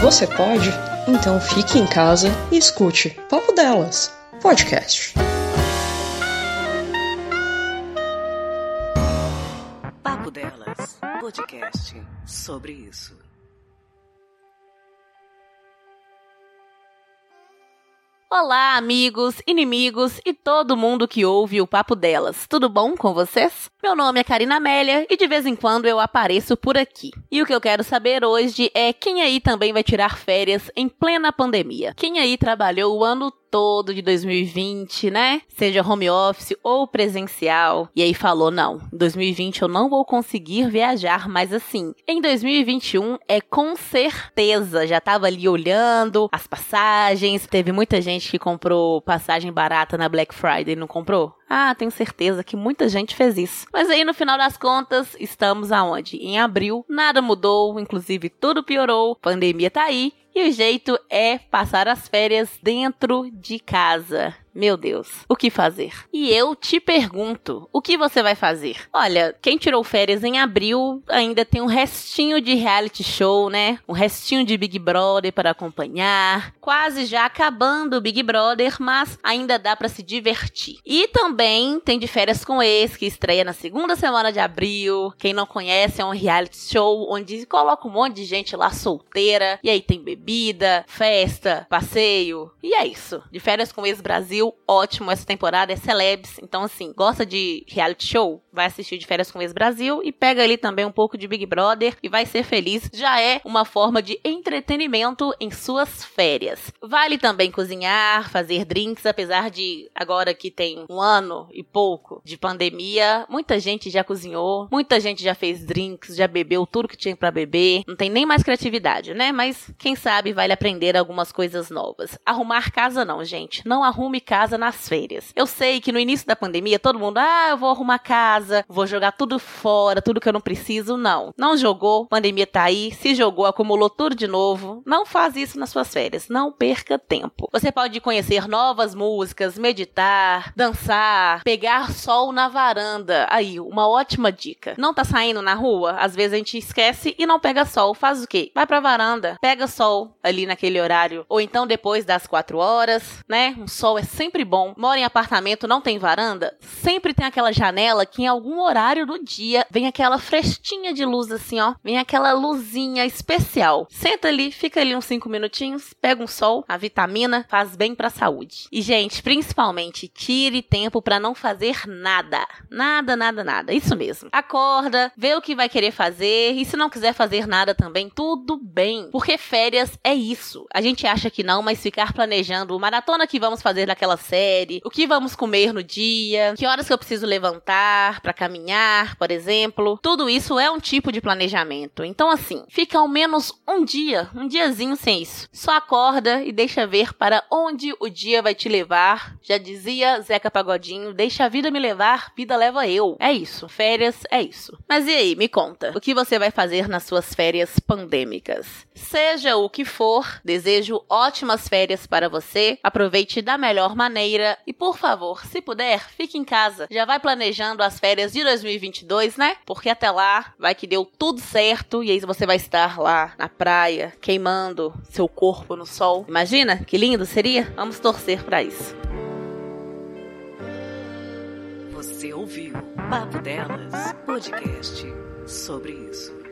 Você pode? Então fique em casa e escute Papo Delas, podcast. Papo Delas, podcast sobre isso. Olá, amigos, inimigos e todo mundo que ouve o Papo Delas. Tudo bom com vocês? Meu nome é Karina Amélia e de vez em quando eu apareço por aqui. E o que eu quero saber hoje é quem aí também vai tirar férias em plena pandemia. Quem aí trabalhou o ano todo de 2020, né? Seja home office ou presencial. E aí falou, não, em 2020 eu não vou conseguir viajar, mas assim, em 2021 é com certeza. Já tava ali olhando as passagens, teve muita gente que comprou passagem barata na Black Friday, não comprou? Ah, tenho certeza que muita gente fez isso. Mas aí, no final das contas, estamos aonde? Em abril, nada mudou, inclusive tudo piorou, pandemia tá aí, e o jeito é passar as férias dentro de casa. Meu Deus, o que fazer? E eu te pergunto, o que você vai fazer? Olha, quem tirou férias em abril ainda tem um restinho de reality show, né? Um restinho de Big Brother para acompanhar. Quase já acabando o Big Brother, mas ainda dá para se divertir. E também tem De Férias com Ex, que estreia na segunda semana de abril. Quem não conhece, é um reality show onde coloca um monte de gente lá solteira. E aí tem bebida, festa, passeio. E é isso. De Férias com Ex Brasil. Ótimo, essa temporada é celebs, então assim, gosta de reality show? Vai assistir De Férias com Ex Brasil e pega ali também um pouco de Big Brother e vai ser feliz. Já é uma forma de entretenimento em suas férias. Vale também cozinhar, fazer drinks, apesar de agora que tem um ano e pouco de pandemia, muita gente já cozinhou, muita gente já fez drinks, já bebeu tudo que tinha pra beber, não tem nem mais criatividade, né? Mas quem sabe vale aprender algumas coisas novas. Arrumar casa não, gente, não arrume casa nas férias. Eu sei que no início da pandemia todo mundo, eu vou arrumar casa, vou jogar tudo fora, tudo que eu não preciso. Não jogou, pandemia tá aí, se jogou, acumulou tudo de novo. Não faz isso nas suas férias, não perca tempo. Você pode conhecer novas músicas, meditar, dançar, pegar sol na varanda. Aí, uma ótima dica. Não tá saindo na rua? Às vezes a gente esquece e não pega sol. Faz o quê? Vai pra varanda, pega sol ali naquele horário, ou então depois das 4 horas, né? Um sol é sempre bom. Mora em apartamento, não tem varanda? Sempre tem aquela janela que em algum horário do dia vem aquela frestinha de luz assim, ó. Vem aquela luzinha especial. Senta ali, fica ali uns 5 minutinhos, pega um sol, a vitamina faz bem pra saúde. E, gente, principalmente, tire tempo pra não fazer nada. Nada. Isso mesmo. Acorda, vê o que vai querer fazer e se não quiser fazer nada também, tudo bem. Porque férias é isso. A gente acha que não, mas ficar planejando maratona que vamos fazer naquela série, o que vamos comer no dia, que horas que eu preciso levantar pra caminhar, por exemplo. Tudo isso é um tipo de planejamento. Então, assim, fica ao menos um diazinho sem isso. Só acorda e deixa ver para onde o dia vai te levar. Já dizia Zeca Pagodinho, deixa a vida me levar, vida leva eu. É isso, férias é isso. Mas e aí, me conta, o que você vai fazer nas suas férias pandêmicas? Seja o que for, desejo ótimas férias para você, aproveite da melhor maneira e, por favor, se puder, fique em casa. Já vai planejando as férias de 2022, né? Porque até lá, vai que deu tudo certo e aí você vai estar lá na praia, queimando seu corpo no sol. Imagina, que lindo seria? Vamos torcer para isso. Você ouviu Papo Delas, podcast sobre isso.